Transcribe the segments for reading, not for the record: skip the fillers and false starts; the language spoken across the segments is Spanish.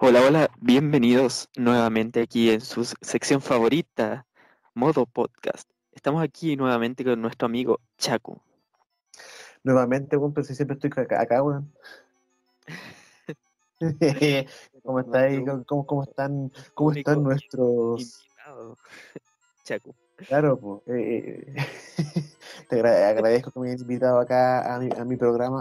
Hola, hola, bienvenidos nuevamente aquí en su sección favorita, Modo Podcast. Estamos aquí nuevamente con nuestro amigo Chacu. Nuevamente, weón, pero si siempre estoy acá, weón. ¿Cómo estáis? Nuestro ¿Cómo están único nuestros? invitado, Chacu. Claro, pues. Agradezco que me hayas invitado acá a mi programa.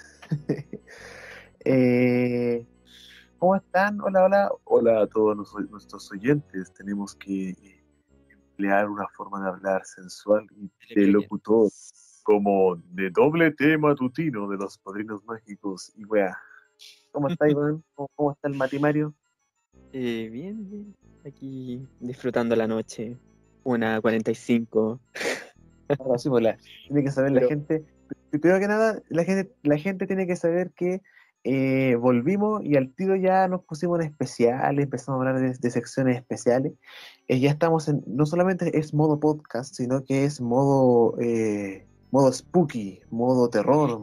Eh, ¿Cómo están? Hola, hola. Hola a todos nuestros oyentes. Tenemos que emplear una forma de hablar sensual y de locutor, como de doble T matutino de los Padrinos Mágicos y weá. ¿Cómo estáis, weón? ¿Cómo está el matimario? Bien, bien. Aquí disfrutando la noche. 1:45. Ahora sí, pues tiene que saber la Pero gente. Primero que nada, la gente tiene que saber que volvimos y al tiro ya nos pusimos en especiales, empezamos a hablar de secciones especiales. Ya estamos no solamente es modo podcast, sino que es modo spooky, modo terror,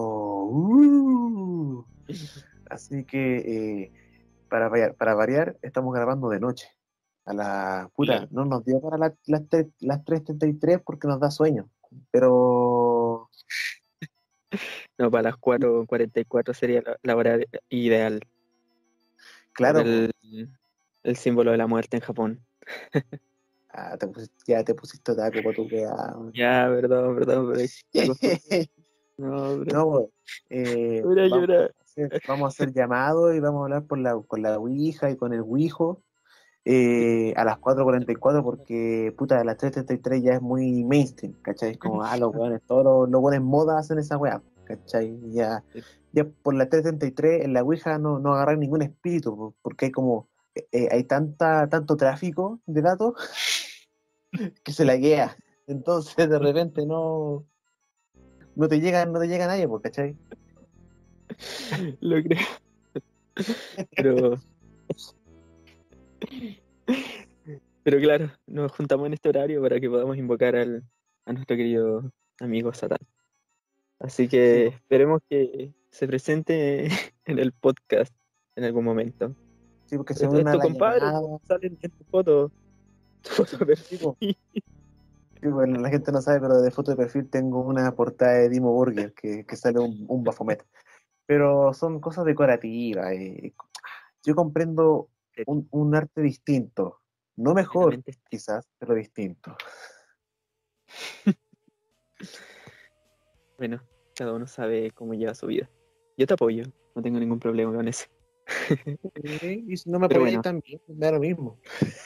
modo. Así que para variar, estamos grabando de noche. A la puta, claro. no nos dio para las 3:33 porque nos da sueño. Pero, No, para las 4:44 sería la hora ideal por claro, po, el símbolo de la muerte en Japón. ya te pusiste otaku para tu weá. Ya, perdón, pero es la costumbre. No, bro. No, po, Voy a vamos llorar. a hacer llamados y vamos a hablar con la Ouija y con el Ouijo a las 4:44 porque, puta, a las 3:33 ya es muy mainstream, ¿cachai? Es como, los weones, todos los weones moda hacen esa weá, ¿cachai? Ya por las 3:33 en la Ouija no agarrar ningún espíritu, porque hay como, hay tanto tráfico de datos que se laguea. Entonces, de repente no te llega nadie, pues, ¿cachai? Lo creo. Pero, pero claro, nos juntamos en este horario para que podamos invocar a nuestro querido amigo Satán. Así Sí, que pues, esperemos que se presente en el podcast en algún momento. sí, porque se Esto une es a tu la compadre, llamada. pues, sale en tu foto de Sí, pues. perfil. Sí, bueno, la gente no sabe, pero de foto de perfil tengo una portada de Dimo Burger que sale un Baphomet. Pero son cosas decorativas. Yo comprendo un arte distinto. No mejor, Netamente. quizás, pero distinto. Bueno, cada uno sabe cómo lleva su vida. Yo te apoyo, no tengo ningún problema con eso. Y si no me Pero apoyáis bueno, también, me da lo mismo.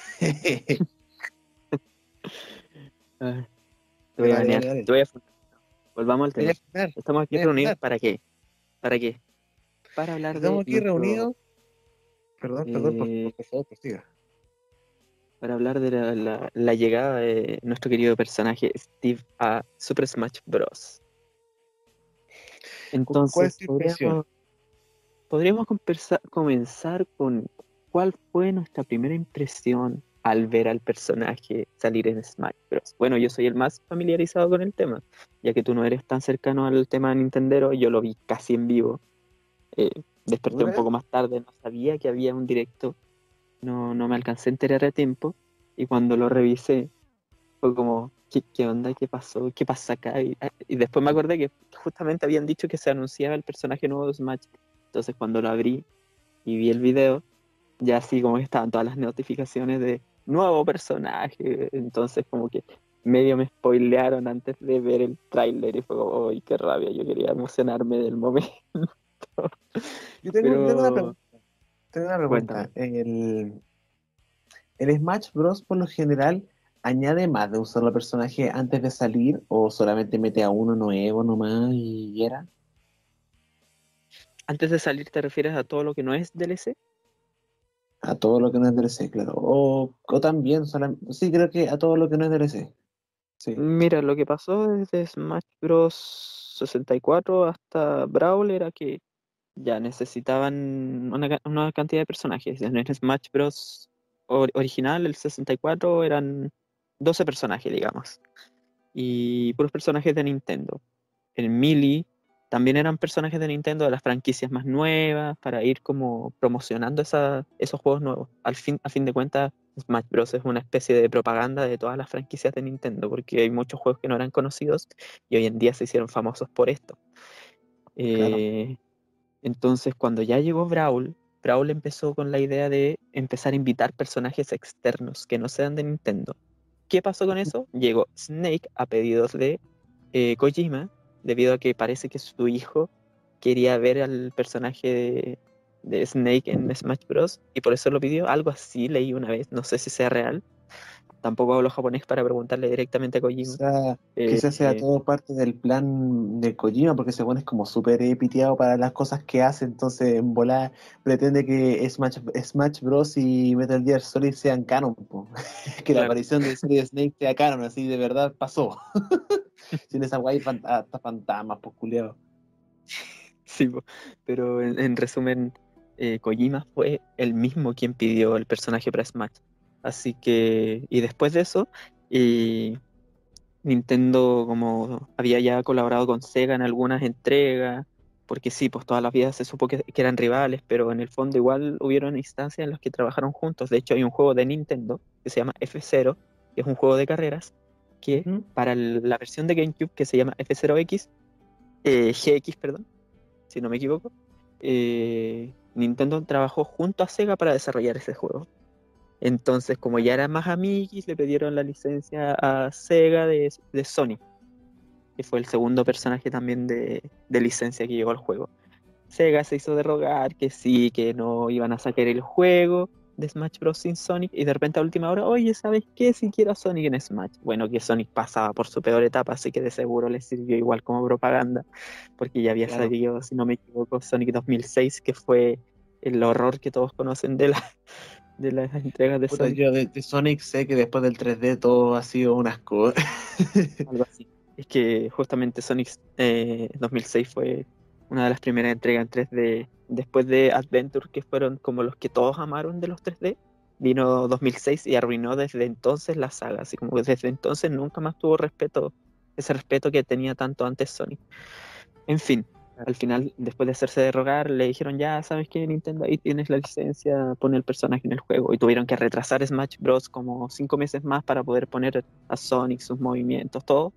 ah, te voy Pero a dale, banear, dale, dale. te voy a funar. Volvamos al Me voy a tema. funar, Estamos aquí me voy a reunidos funar. ¿para qué? ¿Para qué? Para hablar Estamos de aquí nuestro, reunidos. Perdón, eh, por favor, prosiga. para hablar de la llegada de nuestro querido personaje Steve a Super Smash Bros. ¿Cuál Entonces, es tu impresión? podríamos comenzar con cuál fue nuestra primera impresión al ver al personaje salir en Smash Bros. Bueno, yo soy el más familiarizado con el tema, ya que tú no eres tan cercano al tema de Nintendero, yo lo vi casi en vivo. eh, Desperté un ¿Dura? poco más tarde, no sabía que había un directo, no me alcancé a enterar a tiempo, y cuando lo revisé fue como, ¿qué onda? ¿Qué pasó? ¿Qué pasa acá? Y después me acordé que justamente habían dicho que se anunciaba el personaje nuevo de Smash. Entonces cuando lo abrí y vi el video, ya así como que estaban todas las notificaciones de nuevo personaje. Entonces como que medio me spoilearon antes de ver el tráiler y fue como, ¡ay, qué rabia! Yo quería emocionarme del momento. Yo tengo una Pero pregunta. Tengo una pregunta. cuéntame. ¿El Smash Bros. Por lo general añade más de un solo personaje antes de salir o solamente mete a uno nuevo nomás y era? Antes de salir, ¿te refieres a todo lo que no es DLC? A todo lo que no es DLC, claro. O también, sí, creo que a todo lo que no es DLC. Sí. Mira, lo que pasó desde Smash Bros. 64 hasta Brawl era que ya necesitaban una cantidad de personajes. En el Smash Bros. Original, el 64, eran 12 personajes, digamos. Y puros personajes de Nintendo. En Melee también eran personajes de Nintendo de las franquicias más nuevas para ir como promocionando esos juegos nuevos. A fin de cuentas, Smash Bros. Es una especie de propaganda de todas las franquicias de Nintendo, porque hay muchos juegos que no eran conocidos y hoy en día se hicieron famosos por esto. Claro. Eh, entonces, cuando ya llegó Brawl, Brawl empezó con la idea de empezar a invitar personajes externos que no sean de Nintendo. ¿Qué pasó con eso? Llegó Snake a pedidos de Kojima, debido a que parece que su hijo quería ver al personaje de Snake en Smash Bros. Y por eso lo pidió. Algo así leí una vez, no sé si sea real. Tampoco hablo japonés para preguntarle directamente a Kojima. Quizás sea Eh, todo parte del plan de Kojima, porque ese bueno es como súper piteado para las cosas que hace, entonces en volada pretende que Smash Bros. Y Metal Gear Solid sean canon, po. Que la claro, aparición de Solid Snake sea canon, así de verdad pasó. Sin esa guay hasta fantasmas, pues culiao. sí, pero en resumen, Kojima fue el mismo quien pidió el personaje para Smash. Así que, y después de eso, eh, Nintendo como había ya colaborado con Sega en algunas entregas, porque sí, pues todas las vidas se supo que eran rivales, pero en el fondo igual hubieron instancias en las que trabajaron juntos. De hecho, hay un juego de Nintendo que se llama F0, que es un juego de carreras, que Ujú. para la versión de GameCube que se llama F0X, GX, perdón, si no me equivoco, Nintendo trabajó junto a Sega para desarrollar ese juego. Entonces, como ya eran más amiguis, le pidieron la licencia a Sega de Sonic, que fue el segundo personaje también de licencia que llegó al juego. Sega se hizo de rogar que sí, que no iban a sacar el juego de Smash Bros. Sin Sonic, y de repente a última hora, oye, ¿sabes qué? Si quiero a Sonic en Smash. Bueno, que Sonic pasaba por su peor etapa, así que de seguro les sirvió igual como propaganda, porque ya había Claro. salido, si no me equivoco, Sonic 2006, que fue el horror que todos conocen de las entregas de Puta, Sonic. yo de Sonic sé que después del 3D todo ha sido un asco. Algo así. Es que justamente Sonic 2006 fue una de las primeras entregas en 3D. Después de Adventure, que fueron como los que todos amaron de los 3D, vino 2006 y arruinó desde entonces la saga. Así como que desde entonces nunca más tuvo respeto, ese respeto que tenía tanto antes Sonic. En fin, al final, después de hacerse de rogar, le dijeron, ya sabes que Nintendo, ahí tienes la licencia, pone el personaje en el juego. Y tuvieron que retrasar Smash Bros. Como 5 meses más para poder poner a Sonic, sus movimientos, todo.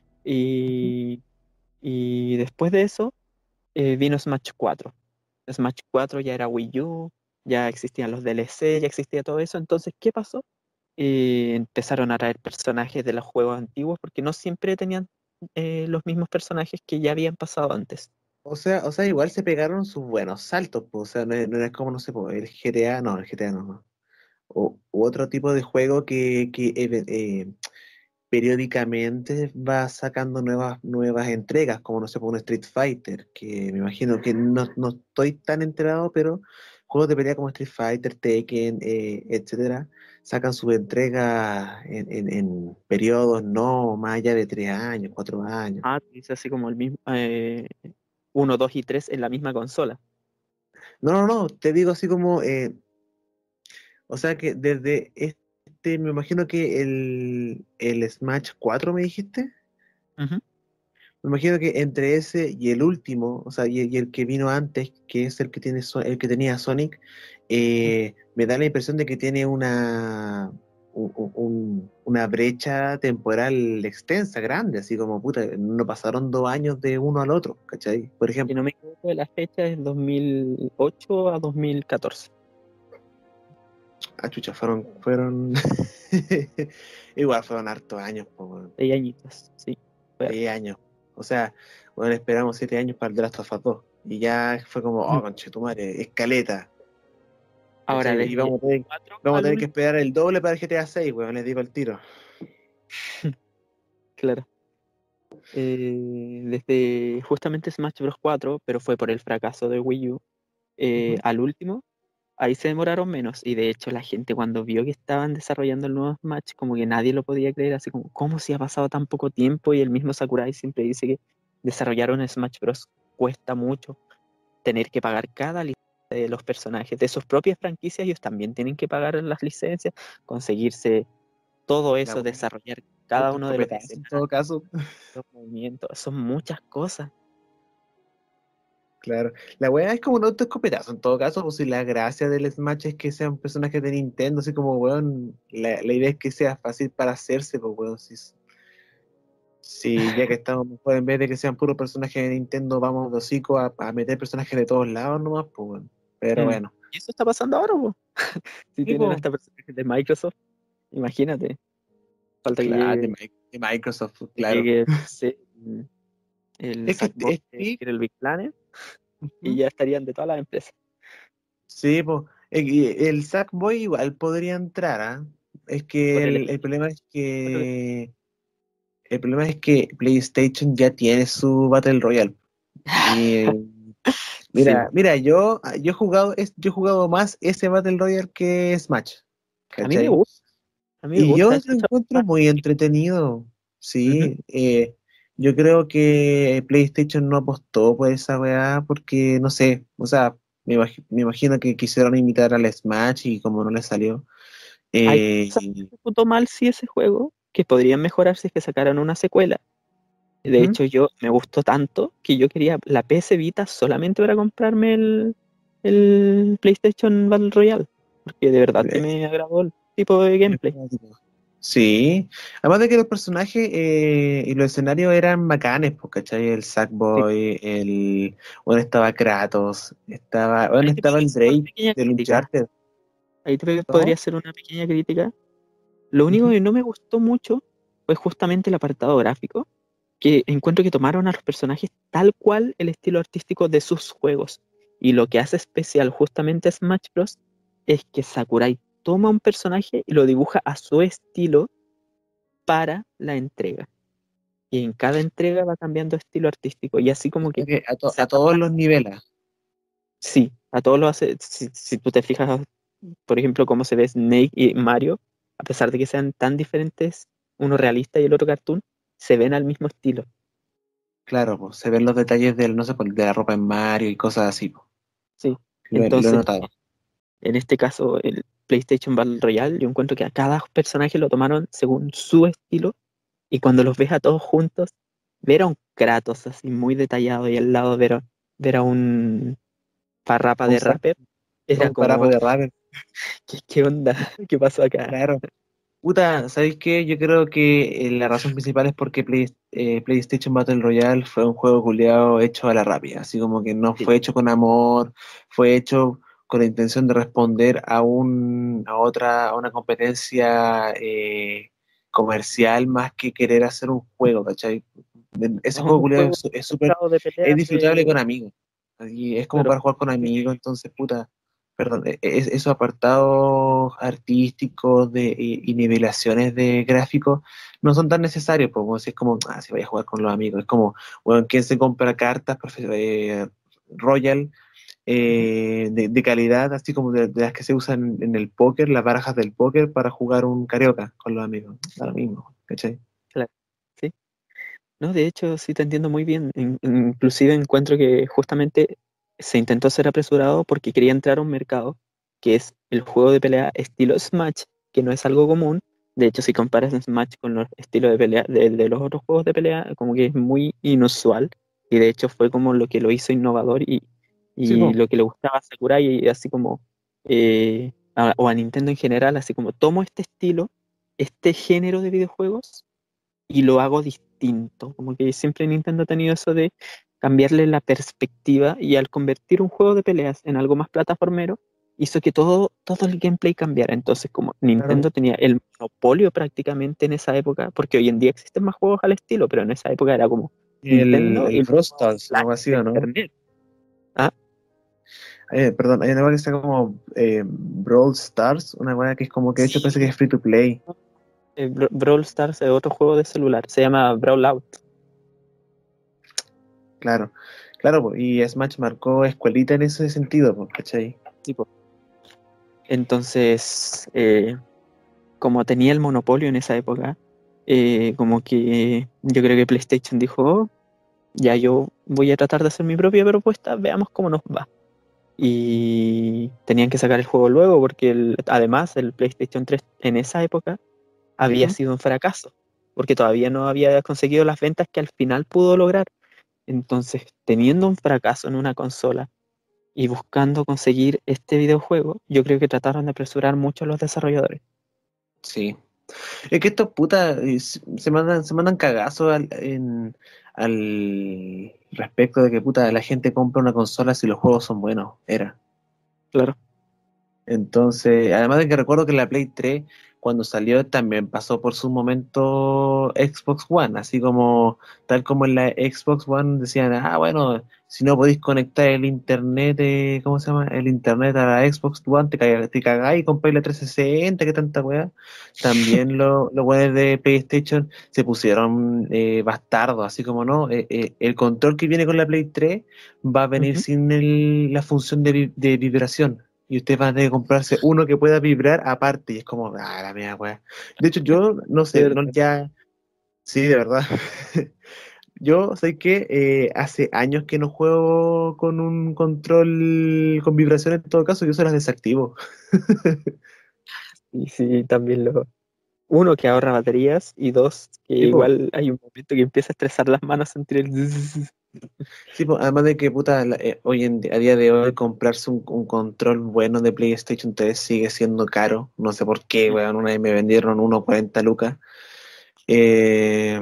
Y, y después de eso vino Smash 4. Smash 4 ya era Wii U, ya existían los DLC, ya existía todo eso. Entonces, ¿qué pasó? Empezaron a traer personajes de los juegos antiguos porque no siempre tenían los mismos personajes que ya habían pasado antes. O sea, igual se pegaron sus buenos saltos, pues. O sea, no es como, no sé, pues, el GTA, no, el GTA no. U otro tipo de juego que periódicamente va sacando nuevas entregas, como no sé, por un Street Fighter, que me imagino que no estoy tan enterado, pero juegos de pelea como Street Fighter, Tekken, etcétera, sacan su entrega en periodos no más allá de 3 años, 4 años. Ah, es así como el mismo 1, 2 y 3 en la misma consola. No, te digo así como, o sea que desde me imagino que el Smash 4 me dijiste. Ujú. Me imagino que entre ese y el último, o sea, y el que vino antes, que es el que tiene el que tenía Sonic, me da la impresión de que tiene una brecha temporal extensa, grande, así como puta, no pasaron 2 años de uno al otro, ¿cachai? Por Si no ejemplo. me equivoco, la fecha es 2008 a 2014. Ah, chucha, fueron igual fueron hartos años, po, weón. 6 añitos, sí. Fue harto. 6 años. O sea, bueno, esperamos 7 años para el The Last of Us 2. Y ya fue como, oh, conchetumare, escaleta. Ahora, ¿Cachai? Y desde el 4 vamos a al tener que último, esperar el doble para el GTA 6, weón, les digo el tiro. claro. Desde justamente Smash Bros. 4, pero fue por el fracaso de Wii U, Ujú. al último, ahí se demoraron menos. Y de hecho, la gente cuando vio que estaban desarrollando el nuevo Smash, como que nadie lo podía creer, así como, ¿cómo si ha pasado tan poco tiempo? Y el mismo Sakurai siempre dice que desarrollar un Smash Bros. Cuesta mucho. Tener que pagar cada licencia de los personajes de sus propias franquicias, ellos también tienen que pagar las licencias, conseguirse todo La eso, weá, desarrollar cada puntos uno de los competencia en todo personajes, caso. los movimientos, son muchas cosas. Claro. La weá es como un autoescopetazo en todo caso, pues si la gracia del Smash es que sea un personaje de Nintendo, así como weón, la idea es que sea fácil para hacerse, pues weón, si ya que estamos mejor, en vez de que sean puros personajes de Nintendo, vamos de hocico a meter personajes de todos lados nomás, pues weón. Pero Mm. bueno. Y eso está pasando ahora, po. Si Sí, tienen pues, hasta personajes de Microsoft, imagínate. Falta claro, de Microsoft, pues, que claro. llegue, no sé, el Es que Sackboy de Steve, Little Big Planet y ujú, ya estarían de todas las empresas. sí, pues, el Sackboy igual podría entrar, ¿ah? Es que Por el el problema es creo que que el problema es que PlayStation ya tiene su Battle Royale. Y sí, mira, yo he jugado más ese Battle Royale que Smash, a mí me ¿cachai? gusta, a mí me Y gusta. yo De lo hecho, encuentro muy entretenido, ujú. sí. Yo creo que PlayStation no apostó por esa weá porque, no sé, o sea, me imagino que quisieron imitar al Smash y como no les salió. Hay eh, cosas que ejecutó mal sí ese juego que podrían mejorar si es que sacaran una secuela. De Ujú. hecho, yo me gustó tanto que yo quería la PS Vita solamente para comprarme el PlayStation Battle Royale, porque de verdad que me agradó el tipo de gameplay. Sí, además de que los personajes y los escenarios eran bacanes, pues, ¿cachai? El Sí. Sackboy, bueno, estaba Kratos, bueno, Ahí te estaba podría el hacer una Drake pequeña del crítica. Uncharted, Ahí te podría ¿no? hacer una pequeña crítica. Lo único Ujú. que no me gustó mucho fue justamente el apartado gráfico, que encuentro que tomaron a los personajes tal cual el estilo artístico de sus juegos. Y lo que hace especial justamente a Smash Bros. Es que Sakurai toma un personaje y lo dibuja a su estilo para la entrega. Y en cada entrega va cambiando estilo artístico. Y así O como sea que que se a todos adapta. los niveles, Sí, a todos lo hace. Si tú te fijas, por ejemplo, cómo se ve Snake y Mario, a pesar de que sean tan diferentes, uno realista y el otro cartoon, se ven al mismo estilo. claro, pues, se ven los detalles del, no sé, pues, de la ropa en Mario y cosas así, pues. Sí. Lo he Entonces, notado. en este caso, el PlayStation Battle Royale, yo encuentro que a cada personaje lo tomaron según su estilo. Y cuando los ves a todos juntos, ver a un Kratos así muy detallado y al lado ver a un Parrapa Un de sac, rapper, era un parapo como, de rap. ¿qué onda? ¿Qué pasó acá? Claro. Puta, ¿sabéis qué? Yo creo que la razón principal es porque PlayStation Battle Royale fue un juego culiado hecho a la rápida, así como que no Sí. fue hecho con amor, fue hecho con la intención de responder a una competencia comercial más que querer hacer un juego, ¿cachai? Ese No es juego un culiado juego es súper, centrado de es peleas disfrutable con amigos, y es como claro, para jugar con amigos, entonces, puta. Perdón, esos apartados artísticos y nivelaciones de gráficos no son tan necesarios, pues, como si es como, si voy a jugar con los amigos, es como, bueno, ¿quién se compra cartas Royal de calidad, así como de las que se usan en el póker, las barajas del póker para jugar un carioca con los amigos? Da lo mismo, ¿cachai? claro, sí. No, de hecho, sí te entiendo muy bien. Inclusive encuentro que justamente se intentó ser apresurado porque quería entrar a un mercado que es el juego de pelea estilo Smash, que no es algo común. De hecho, si comparas Smash con los estilos de pelea de los otros juegos de pelea, como que es muy inusual. Y de hecho fue como lo que lo hizo innovador Sí, y pues, lo que le gustaba a Sakurai, y así como, o a Nintendo en general, así como tomo este estilo, este género de videojuegos y lo hago distinto. Como que siempre Nintendo ha tenido eso de cambiarle la perspectiva y al convertir un juego de peleas en algo más plataformero, hizo que todo el gameplay cambiara. Entonces, como claro. Nintendo tenía el monopolio prácticamente en esa época, porque hoy en día existen más juegos al estilo, pero en esa época era como Nintendo y El los Frostals, una flash cosa así, de ¿o no? internet. Ah, Perdón, hay una cosa que está como Brawl Stars, una cosa que es como que de hecho parece que sí, es free to play. Brawl Stars es otro juego de celular, se llama Brawl Out. Claro, claro, po, y Smash marcó escuelita en ese sentido, pues, ¿cachai? Tipo. Entonces, como tenía el monopolio en esa época, como que yo creo que PlayStation dijo, "Oh, ya yo voy a tratar de hacer mi propia propuesta, veamos cómo nos va". Y tenían que sacar el juego luego porque además el PlayStation 3 en esa época había Ujú. sido un fracaso, porque todavía no había conseguido las ventas que al final pudo lograr. Entonces, teniendo un fracaso en una consola y buscando conseguir este videojuego, yo creo que trataron de apresurar mucho a los desarrolladores. Sí. Es que estos putas se mandan cagazos al respecto de que puta la gente compra una consola si los juegos son buenos. Era. Claro. Entonces, además de que recuerdo que la Play 3, cuando salió, también pasó por su momento Xbox One, así como, tal como en la Xbox One decían, bueno, si no podéis conectar el internet, ¿cómo se llama? El internet a la Xbox One, te cagáis y compráis la 360, qué tanta weá. También los weones de PlayStation se pusieron bastardos, así como, no, el control que viene con la Play 3 va a venir Ujú. sin la función de vibración. Y usted va a tener que comprarse uno que pueda vibrar aparte. Y es como, la mía, weá. De hecho, yo no De sé, no, verdad. ya. Sí, de verdad. Yo sé que hace años que no juego con un control con vibración en todo caso, yo se las desactivo. Y sí, también lo. Uno, que ahorra baterías, y dos, que Tipo, igual hay un momento que empieza a estresar las manos sentir el zzzz. sí, po, además de que puta, a día de hoy comprarse un control bueno de PlayStation 3 sigue siendo caro. No sé por qué, weón. Una vez me vendieron 1,40 lucas. Eh,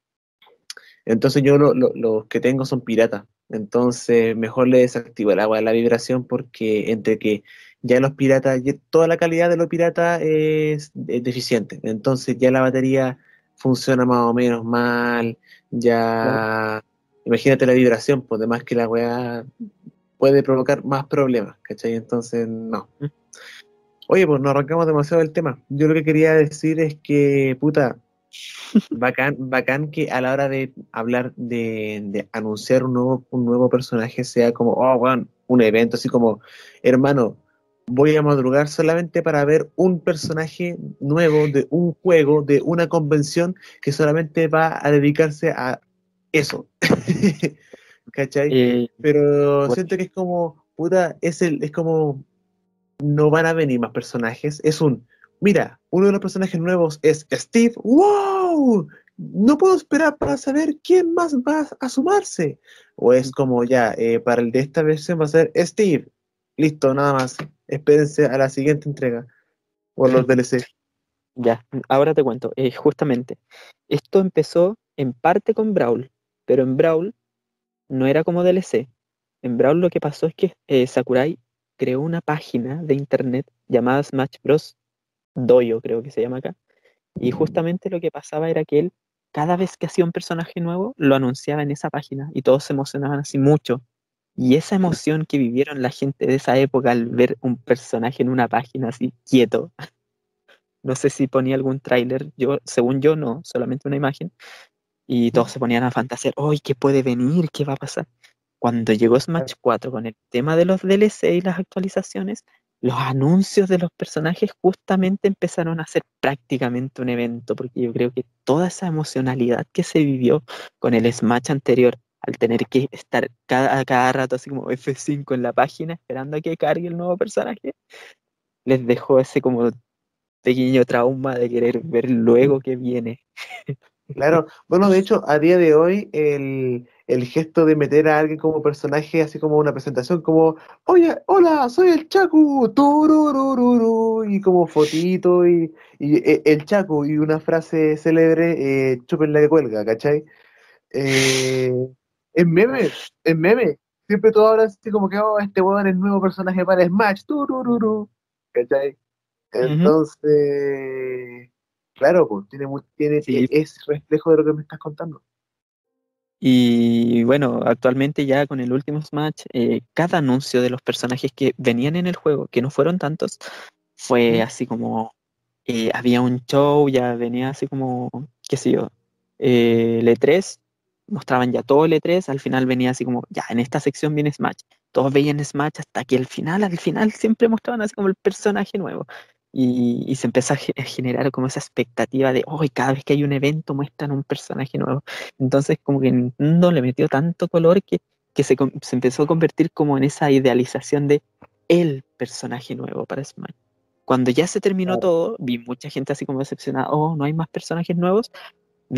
Entonces yo los que tengo son piratas. Entonces mejor le desactivo el agua de la vibración porque entre que ya los piratas, toda la calidad de los piratas es deficiente. Entonces ya la batería funciona más o menos mal. Claro. Ya imagínate la vibración, pues además que la weá puede provocar más problemas, ¿cachai? Entonces no. Oye, pues nos arrancamos demasiado del tema. Yo lo que quería decir es que, puta, bacán, bacán que a la hora de hablar de anunciar un nuevo personaje sea como, weón, un evento, así como, hermano, voy a madrugar solamente para ver un personaje nuevo de un juego, de una convención que solamente va a dedicarse a eso. ¿Cachai? Eh, Pero bueno, siento que es como, puta, es como no van a venir más personajes. Mira, uno de los personajes nuevos es Steve. ¡Wow! No puedo esperar para saber quién más va a sumarse. O es como ya, para el de esta versión va a ser Steve. Listo, nada más. Espérense a la siguiente entrega. O los DLC. ya, ahora te cuento. Justamente, esto empezó en parte con Brawl, pero en Brawl no era como DLC. En Brawl lo que pasó es que Sakurai creó una página de internet llamada Smash Bros. Dojo, creo que se llama acá. Y justamente lo que pasaba era que él, cada vez que hacía un personaje nuevo, lo anunciaba en esa página y todos se emocionaban así mucho. Y esa emoción que vivieron la gente de esa época al ver un personaje en una página así quieto, no sé si ponía algún tráiler, yo, según yo no, solamente una imagen, y todos se ponían a fantasear, ¡ay, qué puede venir! ¿Qué va a pasar? Cuando llegó Smash 4 con el tema de los DLC y las actualizaciones, los anuncios de los personajes justamente empezaron a ser prácticamente un evento, porque yo creo que toda esa emocionalidad que se vivió con el Smash anterior, al tener que estar cada rato así como F5 en la página esperando a que cargue el nuevo personaje, les dejó ese como pequeño trauma de querer ver luego que viene. Claro, bueno, de hecho, a día de hoy el gesto de meter a alguien como personaje, así como una presentación, como, oye, hola, soy el Chaku, tururururu, y como fotito y el Chaku y una frase célebre, chupen la que cuelga, ¿cachai? Eh, es meme, es meme. Siempre todo ahora así como que, este weón es el nuevo personaje para Smash, turururu, ¿cachai? Ujú. Entonces, claro, pues, Sí. es reflejo de lo que me estás contando. Y bueno, actualmente ya con el último Smash, cada anuncio de los personajes que venían en el juego, que no fueron tantos, fue ¿Mm? así como, había un show, ya venía así como, qué sé yo, el E3, mostraban ya todo el E3, al final venía así como, ya, en esta sección viene Smash. Todos veían Smash hasta que al final siempre mostraban así como el personaje nuevo. Y se empezó a generar como esa expectativa de, hoy cada vez que hay un evento muestran un personaje nuevo. Entonces como que Nintendo le metió tanto color que se empezó a convertir como en esa idealización de el personaje nuevo para Smash. Cuando ya se terminó Claro. todo, vi mucha gente así como decepcionada, oh, no hay más personajes nuevos. Bien,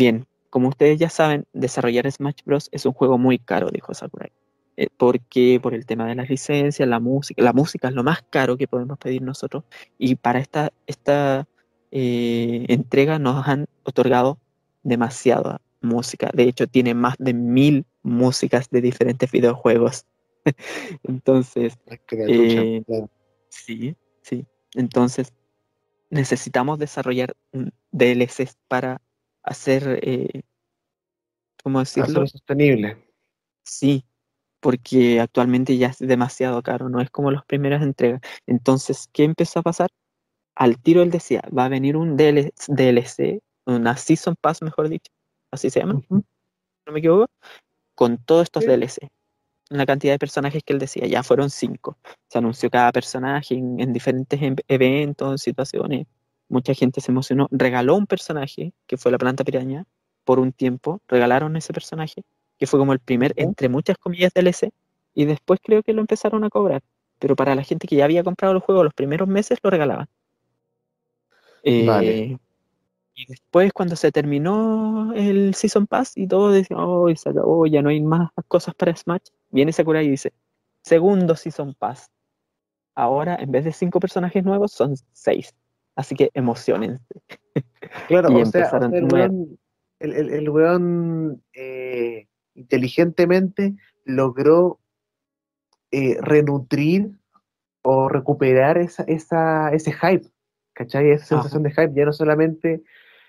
como ustedes ya saben, desarrollar Smash Bros. Es un juego muy caro, dijo Sakurai. Porque por el tema de las licencias, la música es lo más caro que podemos pedir nosotros. Y para esta entrega nos han otorgado demasiada música. De hecho, tiene más de 1000 músicas de diferentes videojuegos. Entonces, Es que la chucha, eh, claro. sí, sí. Entonces, necesitamos desarrollar un DLCs para hacer, ¿cómo Hacerlo decirlo? sostenible. Sí, porque actualmente ya es demasiado caro, no es como las primeras entregas. Entonces, ¿qué empezó a pasar? Al tiro él decía, va a venir un DLC, una Season Pass, mejor dicho, así se llama, Ujú. no me equivoco, con todos estos Sí. DLC. La cantidad de personajes que él decía, ya fueron 5. Se anunció cada personaje en diferentes eventos, situaciones. Mucha gente se emocionó. Regaló un personaje, que fue la planta piraña, por un tiempo. Regalaron ese personaje, que fue como el primer, Ujú. entre muchas comillas, DLC. Y después creo que lo empezaron a cobrar. Pero para la gente que ya había comprado el juego los primeros meses, lo regalaban. Vale. Eh, y después, cuando se terminó el Season Pass y todo, decía, oh, se acabó, ya no hay más cosas para Smash, viene Sakurai y dice, segundo Season Pass. Ahora, en vez de 5 personajes nuevos, son 6. Así que emocionense. Claro, Y o empezaron sea, nuevos. el weón inteligentemente logró renutrir o recuperar ese hype, ¿cachai? Esa Ajá, sensación de hype, ya no solamente,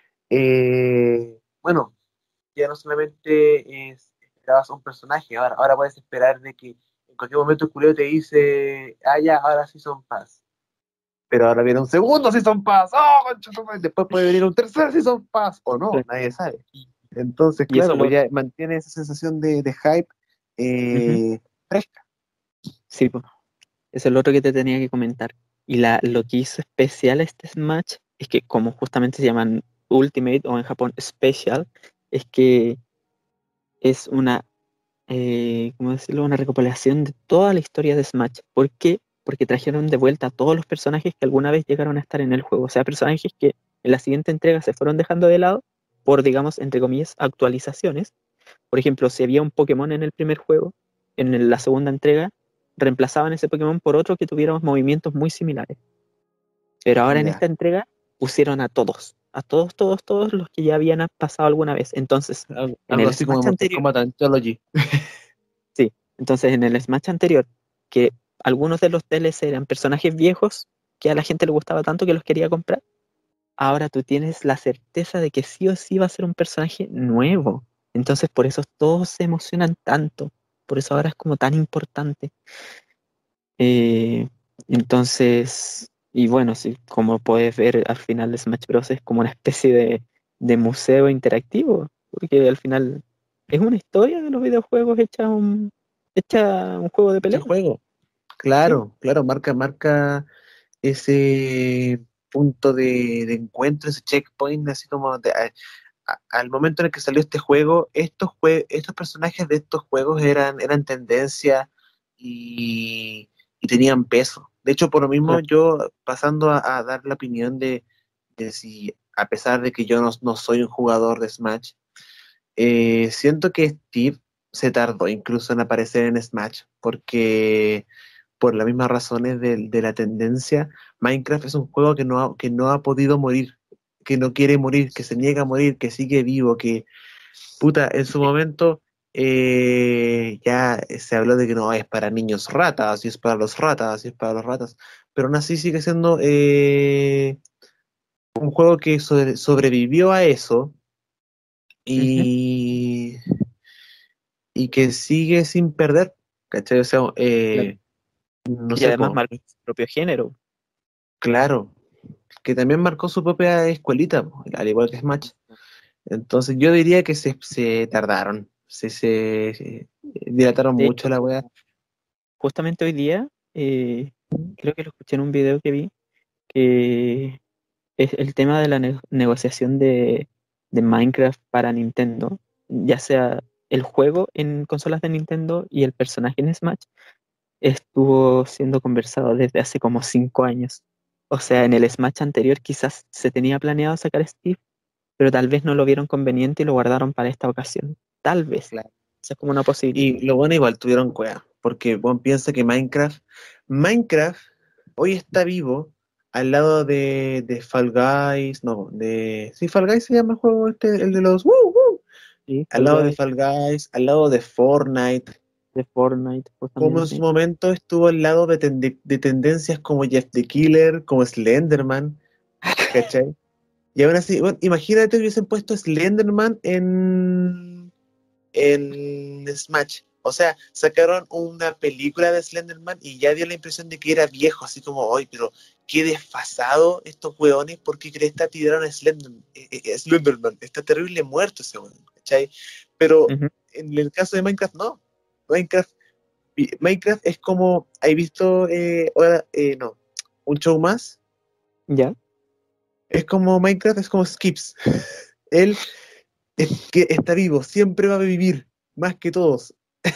bueno, ya no solamente esperabas un personaje, ahora puedes esperar de que en cualquier momento el culero te dice, ah, ya, ahora sí son paz. Pero ahora viene un segundo Season Pass, ¡oh, concha tu madre! Después puede venir un tercer Season Pass, o no, sí. nadie sabe. Y, Entonces, y eso claro, es lo pues otro. ya mantiene esa sensación de hype Ujú. fresca. Sí, pues, eso es lo otro que te tenía que comentar. Y lo que hizo especial este Smash es que, como justamente se llaman Ultimate o en Japón Special, es que es una ¿cómo decirlo? Una recopilación de toda la historia de Smash. ¿Por qué? Porque trajeron de vuelta a todos los personajes que alguna vez llegaron a estar en el juego. O sea, personajes que en la siguiente entrega se fueron dejando de lado por, digamos, entre comillas, actualizaciones. Por ejemplo, si había un Pokémon en el primer juego, la segunda entrega, reemplazaban ese Pokémon por otro que tuviera movimientos muy similares. Pero ahora en Ya, esta entrega pusieron a todos. A todos, todos, todos los que ya habían pasado alguna vez. Entonces, en algo el así como Smash Mortal anterior, Kombat Anthology. sí, entonces en el Smash anterior, que algunos de los DLC eran personajes viejos que a la gente le gustaba tanto que los quería comprar, ahora tú tienes la certeza de que sí o sí va a ser un personaje nuevo. Entonces por eso todos se emocionan tanto, por eso ahora es como tan importante. Eh, entonces, y bueno, sí, como puedes ver al final de Smash Bros. Es como una especie de museo interactivo, porque al final es una historia de los videojuegos hecha un juego de Este pelea. juego. Sí. Claro, claro, marca ese punto de encuentro, ese checkpoint, así como al momento en el que salió este juego, estos personajes de estos juegos eran tendencia y tenían peso. De hecho, por lo mismo, Claro. yo pasando a dar la opinión de si, a pesar de que yo no soy un jugador de Smash, siento que Steve se tardó incluso en aparecer en Smash, porque por las mismas razones de la tendencia, Minecraft es un juego que no ha podido morir, que no quiere morir, que se niega a morir, que sigue vivo, que, puta, en su momento ya se habló de que no es para niños ratas, y es para los ratas, y es para los ratas, pero aún así sigue siendo un juego que sobrevivió a eso Ujú. y, y que sigue sin perder, ¿cachai? O sea, Claro. no Y sé, además po, marca su propio género. claro, que también marcó su propia escuelita, po, al igual que Smash. Entonces yo diría que se tardaron, se dilataron De mucho hecho, la weá. justamente hoy día, creo que lo escuché en un video que vi, que es el tema de la negociación de Minecraft para Nintendo, ya sea el juego en consolas de Nintendo y el personaje en Smash, estuvo siendo conversado desde hace como 5 años. O sea, en el Smash anterior quizás se tenía planeado sacar a Steve, pero tal vez no lo vieron conveniente y lo guardaron para esta ocasión. Tal vez. Claro. Esa es como una posibilidad. Y lo bueno, igual tuvieron cueva, porque bueno, piensa que Minecraft hoy está vivo al lado de Fall Guys, no, sí, Fall Guys se llama el juego este, el de los Sí, al lado de Fall Guys, al lado de Fortnite, de Fortnite, como en su justamente. momento estuvo al lado de tendencias como Jeff the Killer, como Slenderman, ¿cachai? Y aún así, bueno, imagínate hubiesen puesto Slenderman en Smash. O sea, sacaron una película de Slenderman y ya dio la impresión de que era viejo, así como, hoy, pero qué desfasado estos hueones, porque cresta tiraron a Slenderman. Está terrible muerto ese hueón, ¿cachai? Pero Ujú. en el caso de Minecraft, no. Minecraft, Minecraft es como, ¿hay visto, no, un show más? ¿Ya? Es como Minecraft, es como Skips. Él es que está vivo, siempre va a vivir, más que todos.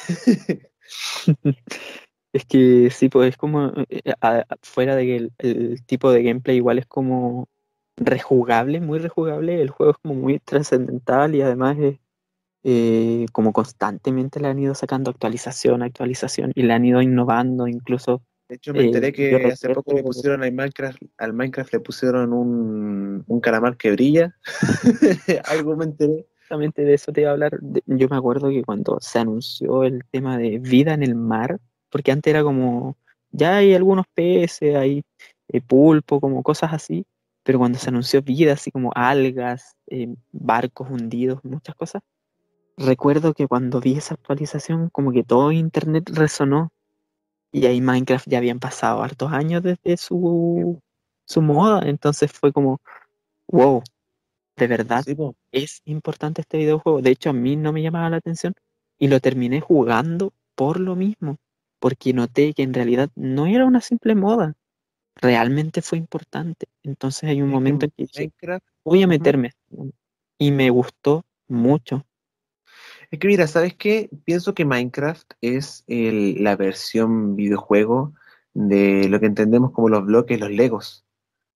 Es que sí, pues es como, fuera de que el tipo de gameplay igual es como rejugable, muy rejugable, el juego es como muy trascendental y además es como constantemente le han ido sacando actualización, actualización y le han ido innovando, incluso De hecho, me enteré yo que hace poco le recuerdo pusieron al Minecraft le pusieron un calamar que brilla. Algo me enteré. justamente de eso te iba a hablar, yo me acuerdo que cuando se anunció el tema de vida en el mar, porque antes era como, ya hay algunos peces, hay pulpo, como cosas así, pero cuando se anunció vida, así como algas, barcos hundidos, muchas cosas. Recuerdo que cuando vi esa actualización, como que todo internet resonó y ahí Minecraft ya habían pasado hartos años desde su moda, entonces fue como, wow, de verdad Sí, po. es importante este videojuego. De hecho, a mí no me llamaba la atención y lo terminé jugando por lo mismo, porque noté que en realidad no era una simple moda, realmente fue importante. Entonces hay un Es que momento en que dije, Minecraft. voy a Ujú. meterme y me gustó mucho. Es que mira, ¿sabes qué? Pienso que Minecraft es la versión videojuego de lo que entendemos como los bloques, los Legos.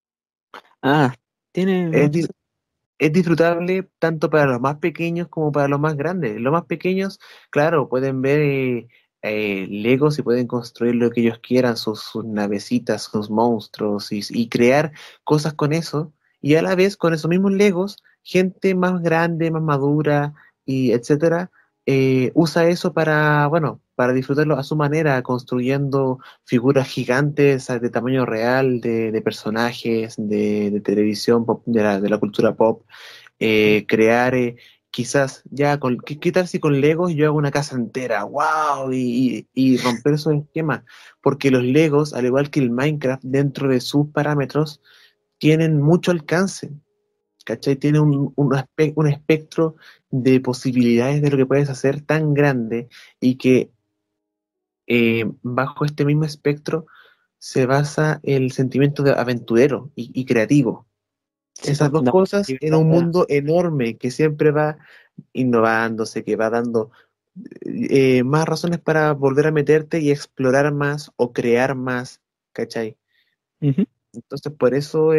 Ah, tiene Es, mucho di- sentido. es disfrutable tanto para los más pequeños como para los más grandes. Los más pequeños, claro, pueden ver Legos y pueden construir lo que ellos quieran, sus navecitas, sus monstruos y crear cosas con eso. Y a la vez, con esos mismos Legos, gente más grande, más madura y etcétera, usa eso para, bueno, para disfrutarlo a su manera, construyendo figuras gigantes de tamaño real, de personajes, de televisión, de la cultura pop, crear quizás ya ¿qué tal si con Legos yo hago una casa entera? ¡Wow! Y romper esos esquemas, porque los Legos, al igual que el Minecraft, dentro de sus parámetros, tienen mucho alcance. ¿Cachai? Tiene un espectro de posibilidades de lo que puedes hacer tan grande y que bajo este mismo espectro se basa el sentimiento de aventurero y creativo. Sí, Esas pues, dos da cosas en un libertad. mundo enorme que siempre va innovándose, que va dando más razones para volver a meterte y explorar más o crear más, ¿cachai? Ujú. Entonces por eso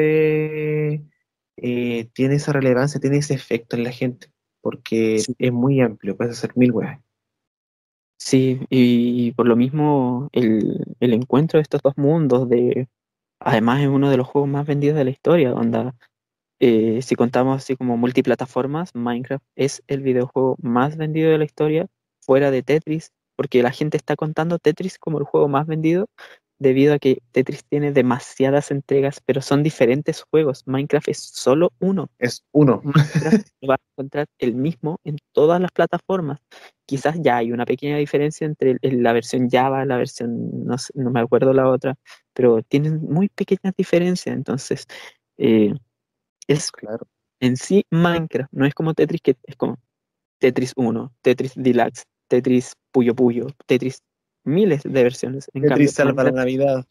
tiene esa relevancia, tiene ese efecto en la gente, porque Sí, es muy amplio, puedes hacer mil weas. sí, y por lo mismo el encuentro de estos dos mundos, además es uno de los juegos más vendidos de la historia, onda, si contamos así como multiplataformas, Minecraft es el videojuego más vendido de la historia, fuera de Tetris, porque la gente está contando Tetris como el juego más vendido, debido a que Tetris tiene demasiadas entregas, pero son diferentes juegos. Minecraft es solo uno. Es uno. Minecraft lo vas a encontrar el mismo en todas las plataformas. Quizás ya hay una pequeña diferencia entre la versión Java, la versión, no sé, no me acuerdo la otra, pero tienen muy pequeñas diferencias. Entonces, eh, es Claro. en sí Minecraft, no es como Tetris, que es como Tetris uno, Tetris Deluxe, Tetris Puyo Puyo, Tetris, miles de versiones. En Tetris cambio, salva la Navidad.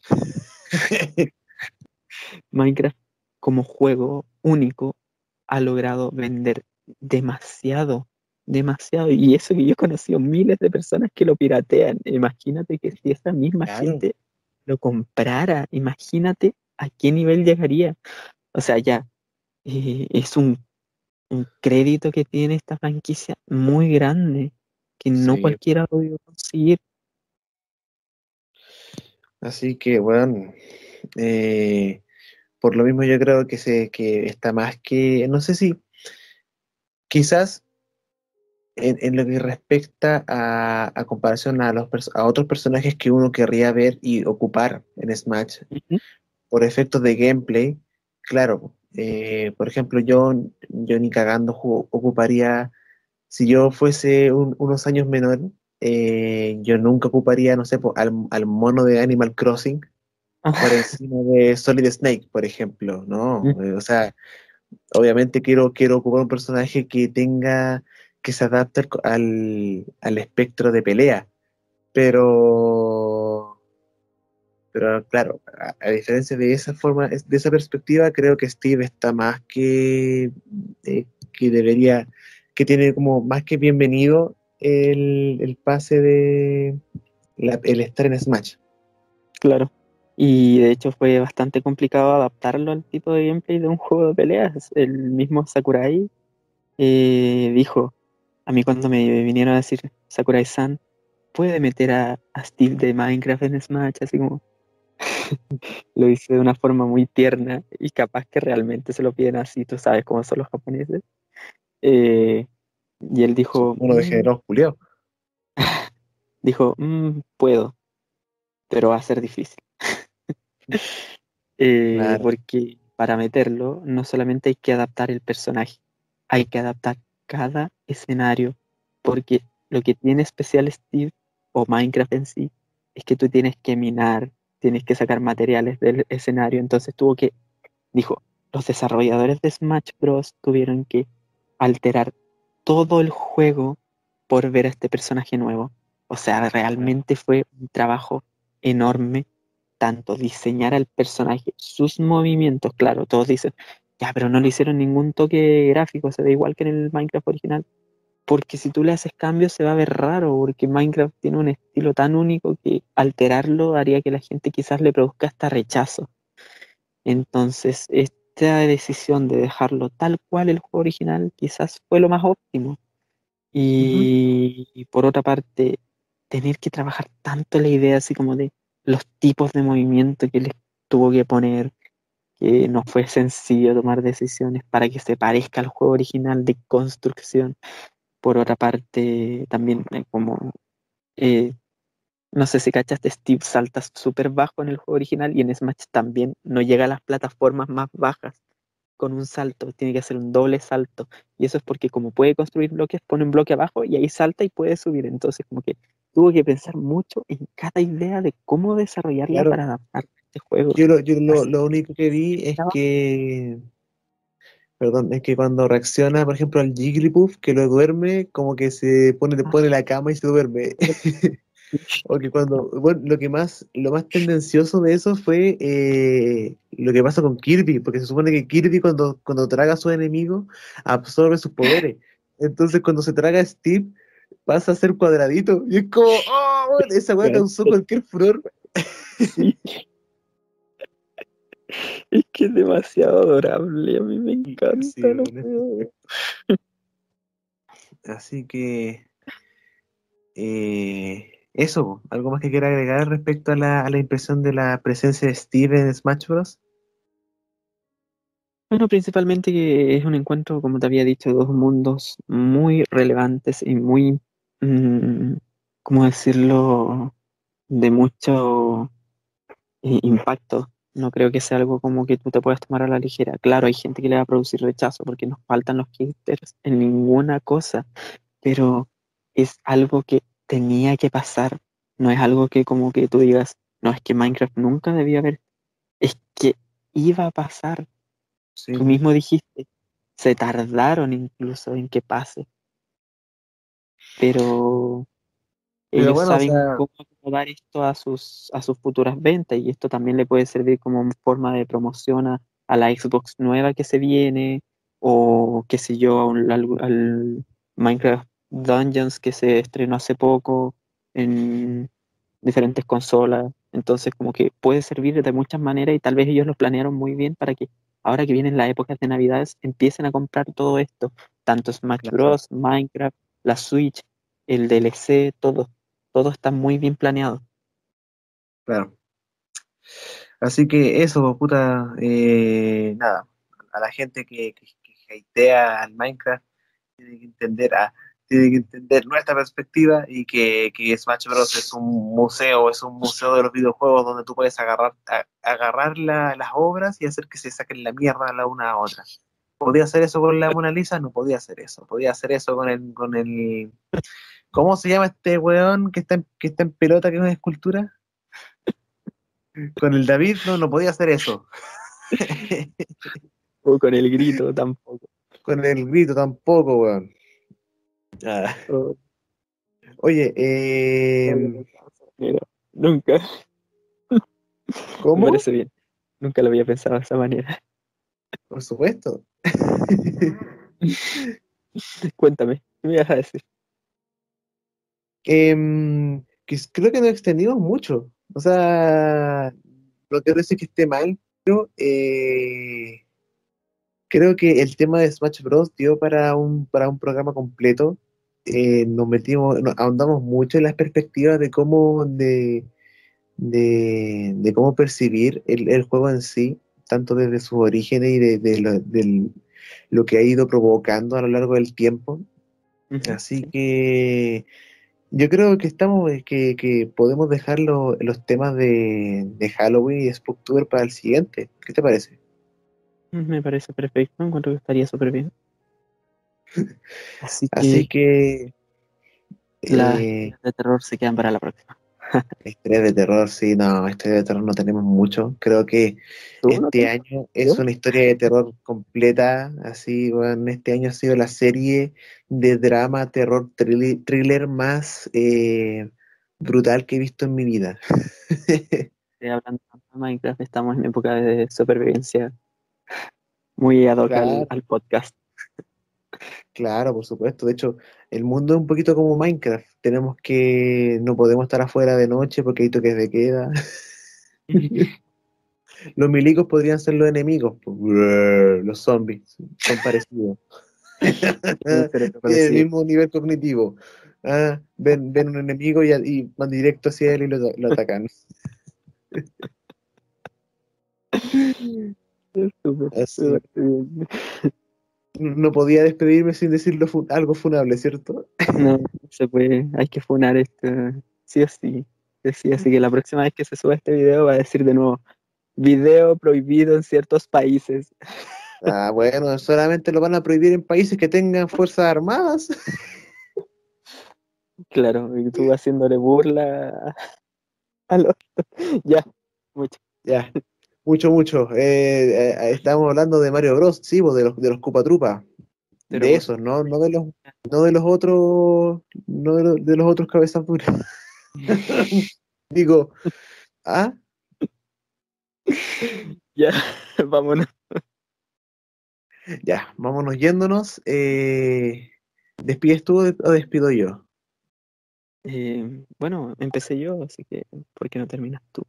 Minecraft como juego único ha logrado vender demasiado, demasiado. Y eso que yo he conocido miles de personas que lo piratean. Imagínate que si esa misma Claro. gente lo comprara, imagínate a qué nivel llegaría. O sea, ya es un un crédito que tiene esta franquicia muy grande, que no Sí. cualquiera ha podido conseguir. Así que, bueno, por lo mismo yo creo que está más que, no sé si quizás en lo que respecta a comparación a a otros personajes que uno querría ver y ocupar en Smash Ujú. por efectos de gameplay, claro, por ejemplo, yo ni cagando ocuparía, si yo fuese unos años menor, yo nunca ocuparía, no sé, al mono de Animal Crossing por encima de Solid Snake, por ejemplo, ¿no? O sea, obviamente quiero ocupar un personaje que tenga, que se adapte al espectro de pelea, pero, pero claro, a diferencia de esa forma, de esa perspectiva, creo que Steve está más que debería, que tiene como más que bienvenido el pase de el estar en Smash. Claro. Y de hecho fue bastante complicado adaptarlo al tipo de gameplay de un juego de peleas. El mismo Sakurai dijo, a mí cuando me vinieron a decir, Sakurai-san, puede meter a Steve de Minecraft en Smash, así como lo hice de una forma muy tierna y capaz que realmente se lo piden así, tú sabes cómo son los japoneses. Eh, y él Son dijo, uno de general Julio. puedo, pero va a ser difícil. Claro, Porque para meterlo no solamente hay que adaptar el personaje, hay que adaptar cada escenario, porque lo que tiene especial Steve o Minecraft en sí es que tú tienes que minar, tienes que sacar materiales del escenario, entonces dijo, los desarrolladores de Smash Bros. Tuvieron que alterar todo el juego por ver a este personaje nuevo. O sea, realmente fue un trabajo enorme, tanto diseñar al personaje, sus movimientos, claro, todos dicen, ya, pero no le hicieron ningún toque gráfico, se ve igual que en el Minecraft original, porque si tú le haces cambios se va a ver raro, porque Minecraft tiene un estilo tan único que alterarlo haría que la gente quizás le produzca hasta rechazo. Entonces, esta decisión de dejarlo tal cual el juego original quizás fue lo más óptimo. ujú, Y por otra parte, tener que trabajar tanto la idea así como de los tipos de movimiento que les tuvo que poner, que no fue sencillo tomar decisiones para que se parezca al juego original de construcción. Por otra parte, también como eh, no sé si cachaste, Steve salta súper bajo en el juego original y en Smash también no llega a las plataformas más bajas con un salto, tiene que hacer un doble salto. Y eso es porque como puede construir bloques, pone un bloque abajo y ahí salta y puede subir. Entonces como que tuvo que pensar mucho en cada idea de cómo desarrollarla claro. para adaptar a este juego. Yo Así lo único que vi que es estaba- que, perdón, es que cuando reacciona, por ejemplo, al Jigglypuff, que lo duerme, como que le ah, pone la cama y se duerme. O que cuando, bueno, lo más tendencioso de eso fue lo que pasa con Kirby, porque se supone que Kirby cuando traga a sus enemigos absorbe sus poderes. Entonces cuando se traga a Steve pasa a ser cuadradito. Y es como, oh, bueno, esa weá causó cualquier furor. Sí, es que es demasiado adorable, a mí me Sí, encanta, no en ese puedo. aspecto. Así que eso, po. ¿Algo más que quiera agregar respecto a a la impresión de la presencia de Steve en Smash Bros? Bueno, principalmente que es un encuentro, como te había dicho, de dos mundos muy relevantes y muy, mm, ¿cómo decirlo?, de mucho impacto. No creo que sea algo como que tú te puedas tomar a la ligera. Claro, hay gente que le va a producir rechazo porque nos faltan los haters en ninguna cosa, pero es algo que tenía que pasar. No es algo que como que tú digas, no, es que Minecraft nunca debía haber, es que iba a pasar. Tú Sí, mismo dijiste, se tardaron incluso en que pase, pero pero ellos bueno, o saben sea, cómo acomodar esto a sus futuras ventas y esto también le puede servir como forma de promoción a la Xbox nueva que se viene o qué sé yo, al Minecraft Dungeons que se estrenó hace poco en diferentes consolas. Entonces como que puede servir de muchas maneras y tal vez ellos lo planearon muy bien para que ahora que vienen las épocas de Navidades empiecen a comprar todo esto. Tanto Smash Claro, Bros, Minecraft, la Switch, el DLC, todo está muy bien planeado. claro. Así que eso, pues, puta, nada, a la gente que hatea al Minecraft tiene que entender, tiene que entender nuestra perspectiva y que Smash Bros. Es un museo de los videojuegos donde tú puedes agarrar las obras y hacer que se saquen la mierda la una a otra. ¿Podía hacer eso con la Mona Lisa? No podía hacer eso. Podía hacer eso con el, ¿cómo se llama este weón que está en pelota, que es una escultura? Con el David, no, no podía hacer eso. O con el grito tampoco. Con el grito tampoco, weón. Ah. Oh, Oye, no había pensado de esa manera. Nunca. Me ¿cómo? parece bien. Nunca lo había pensado de esa manera. Por supuesto. Cuéntame, ¿qué me ibas a decir? Creo que nos extendimos mucho. O sea, no quiero decir que esté mal, pero creo que el tema de Smash Bros. Dio para un programa completo. Ahondamos mucho en las perspectivas de cómo percibir el juego en sí, tanto desde sus orígenes y lo que ha ido provocando a lo largo del tiempo. Ujú, Así sí. que yo creo que que podemos dejar los temas de Halloween y Spooktober para el siguiente. ¿Qué te parece? Me parece perfecto. Encuentro que estaría súper bien. Así Así que que las eh, historias de terror se quedan para la próxima. historias de terror, sí, no, historias de terror no tenemos mucho. Creo que ¿Tú no este tienes? año es ¿Yo? una historia de terror completa. Así, bueno, este año ha sido la serie de drama, terror, thriller más brutal que he visto en mi vida. Hablando de Minecraft, estamos en época de supervivencia muy ad hoc Claro, al podcast. claro, por supuesto. De hecho, el mundo es un poquito como Minecraft. No podemos estar afuera de noche porque hay toques de queda. Los milicos podrían ser los enemigos, pues. Los zombies son parecidos. Un cerebro Tienen el parecido. mismo nivel cognitivo. Ven un enemigo y van directo hacia él y lo atacan. Súper, Así. súper bien. No podía despedirme sin decirlo algo funable, ¿cierto? No, no se puede, hay que funar esto, sí o sí. Sí, sí, así que la próxima vez que se suba este video va a decir de nuevo, video prohibido en ciertos países. Bueno, solamente lo van a prohibir en países que tengan fuerzas armadas. Claro, y tú haciéndole burla a los... Ya, mucho. Ya, mucho, mucho. Estábamos hablando de Mario Bros, sí, vos, de los Koopa Troopa, Pero de por esos, ¿no? No de los otros, no de los otros cabezas duras. Digo, ah, ya, vámonos. ya, vámonos yéndonos. ¿Despides tú o despido yo? Bueno, empecé yo, así que ¿por qué no terminas tú?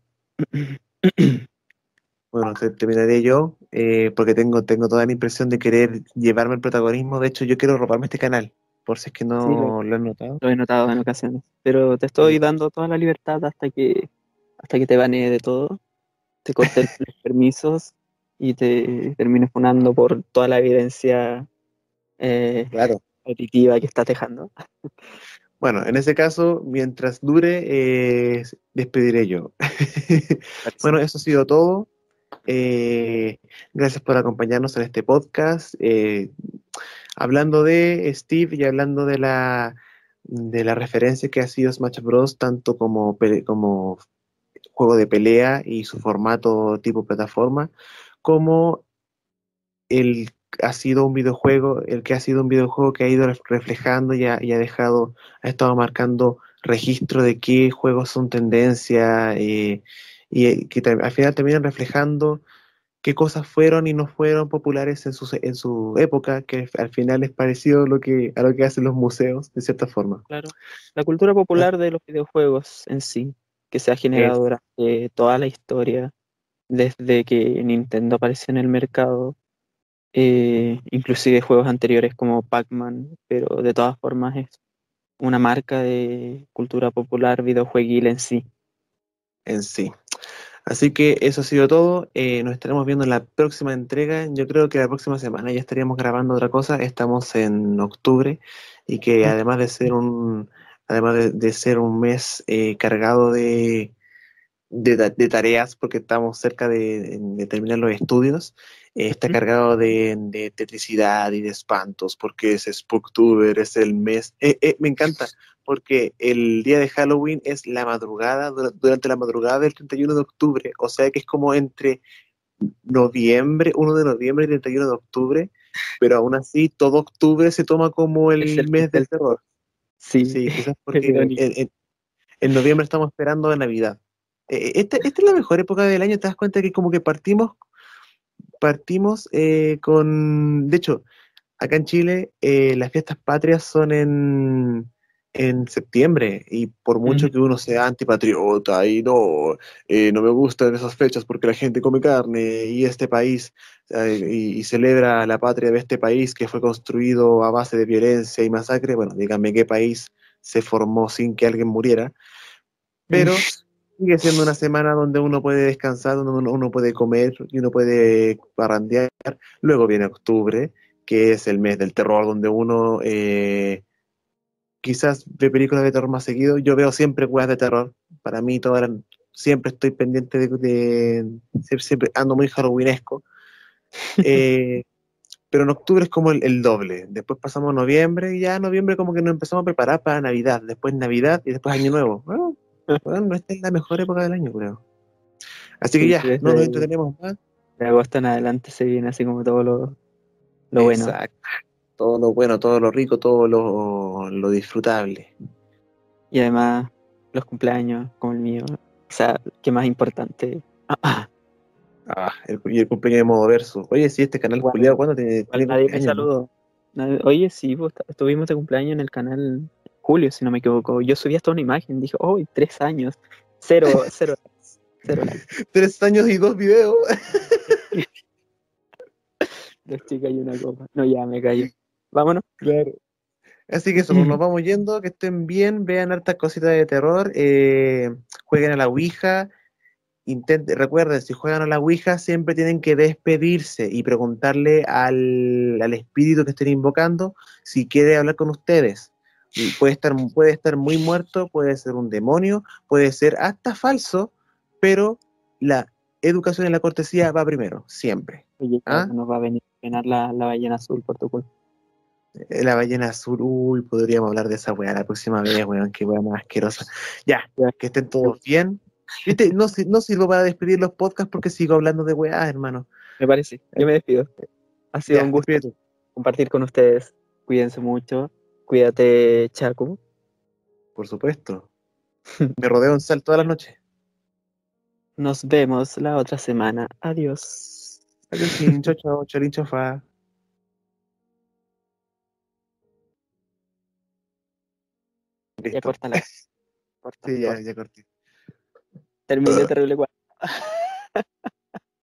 Bueno, terminaré yo, porque tengo toda la impresión de querer llevarme el protagonismo. De hecho, yo quiero robarme este canal, por si es que Sí, no lo han notado. lo he notado en ocasiones, pero te estoy Eh, dando toda la libertad hasta que te banee de todo, te corte los permisos y te termines funando por toda la evidencia claro. auditiva que estás dejando. Bueno, en ese caso, mientras dure, despediré yo. Parece. Bueno, eso ha sido todo. Gracias por acompañarnos en este podcast. Hablando de Steve y hablando de la referencia que ha sido Smash Bros. Tanto como juego de pelea y su formato tipo plataforma, como el el que ha sido un videojuego que ha ido reflejando ha estado marcando registro de qué juegos son tendencia, y que al final terminan reflejando qué cosas fueron y no fueron populares en su época, que al final es parecido a lo que hacen los museos, de cierta forma. Claro. La cultura Ah, popular de los videojuegos en sí, que se ha generado es, durante toda la historia, desde que Nintendo apareció en el mercado, inclusive juegos anteriores como Pac-Man, pero de todas formas es una marca de cultura popular videojueguil en sí. en sí. Así que eso ha sido todo. Nos estaremos viendo en la próxima entrega. Yo creo que la próxima semana ya estaríamos grabando otra cosa. Estamos en octubre y que además de ser un mes cargado de tareas, porque estamos cerca de terminar los estudios, está Ujú. cargado de tetricidad y de espantos, porque es Spooktober, es el mes. Me encanta, porque el día de Halloween es la madrugada, durante la madrugada del 31 de octubre, o sea que es como entre noviembre, 1 de noviembre y 31 de octubre, pero aún así todo octubre se toma como Es el el mes mes del del terror. sí, Sí, quizás es porque irónico. en noviembre estamos esperando la Navidad. Esta es la mejor época del año, te das cuenta que como que partimos de hecho, acá en Chile las fiestas patrias son en septiembre y por Ujú. mucho que uno sea antipatriota y no me gustan esas fechas porque la gente come carne y este país y celebra la patria de este país que fue construido a base de violencia y masacre, bueno, díganme qué país se formó sin que alguien muriera, pero sigue siendo una semana donde uno puede descansar, donde uno puede comer y uno puede parrandear. Luego viene octubre, que es el mes del terror, donde uno quizás ve películas de terror más seguido. Yo veo siempre weas de terror. Para mí, siempre estoy pendiente siempre ando muy halloweenesco. Eh, pero en octubre es como el doble. Después pasamos a noviembre y ya en noviembre como que nos empezamos a preparar para Navidad. Después Navidad y después Año Nuevo. Bueno, esta es la mejor época del año, creo. Así que Sí, ya, no nos entretenemos más. de agosto en adelante se viene así como todo lo bueno. Exacto. Todo lo bueno, todo lo rico, todo lo disfrutable. Y además los cumpleaños como el mío. O sea, ¿qué más importante? Y el cumpleaños de modo verso. Oye, sí, este canal culiado, Igual, ¿cuándo tiene igual nadie me cumpleaños, no? saludó. Oye, sí, pues, estuvimos de cumpleaños en el canal Julio, si no me equivoco. Yo subí hasta una imagen, dije, oh, 3 años. Cero, cero, cero likes. 3 años y 2 videos. Dos chicas y una copa. No, ya me callo. Vámonos. Claro. Así que eso, pues nos vamos yendo, que estén bien, vean hartas cositas de terror, jueguen a la Ouija, recuerden, si juegan a la Ouija siempre tienen que despedirse y preguntarle al espíritu que estén invocando si quiere hablar con ustedes. Y puede estar muy muerto, puede ser un demonio, puede ser hasta falso, pero la educación y la cortesía va primero, siempre. Oye, ya ¿Ah? nos va a venir a penar la ballena azul por tu culpa. La ballena azul, uy, podríamos hablar de esa weá la próxima vez, weón, qué weá más asquerosa. Ya, Ya, que estén todos bien. Viste, no sirvo para despedir los podcasts porque sigo hablando de weá, hermano. me parece. Yo me despido. Ha sido un Ya, gusto despídete. compartir con ustedes. Cuídense mucho. Cuídate, Chaco. Por supuesto. Me rodeo en sal todas las noches. Nos vemos la otra semana. Adiós. Adiós, chao, chao, chalín, chafá. Ya Listo. córtala. Corta, Sí, ya, corta. ya corté. Terminé terrible.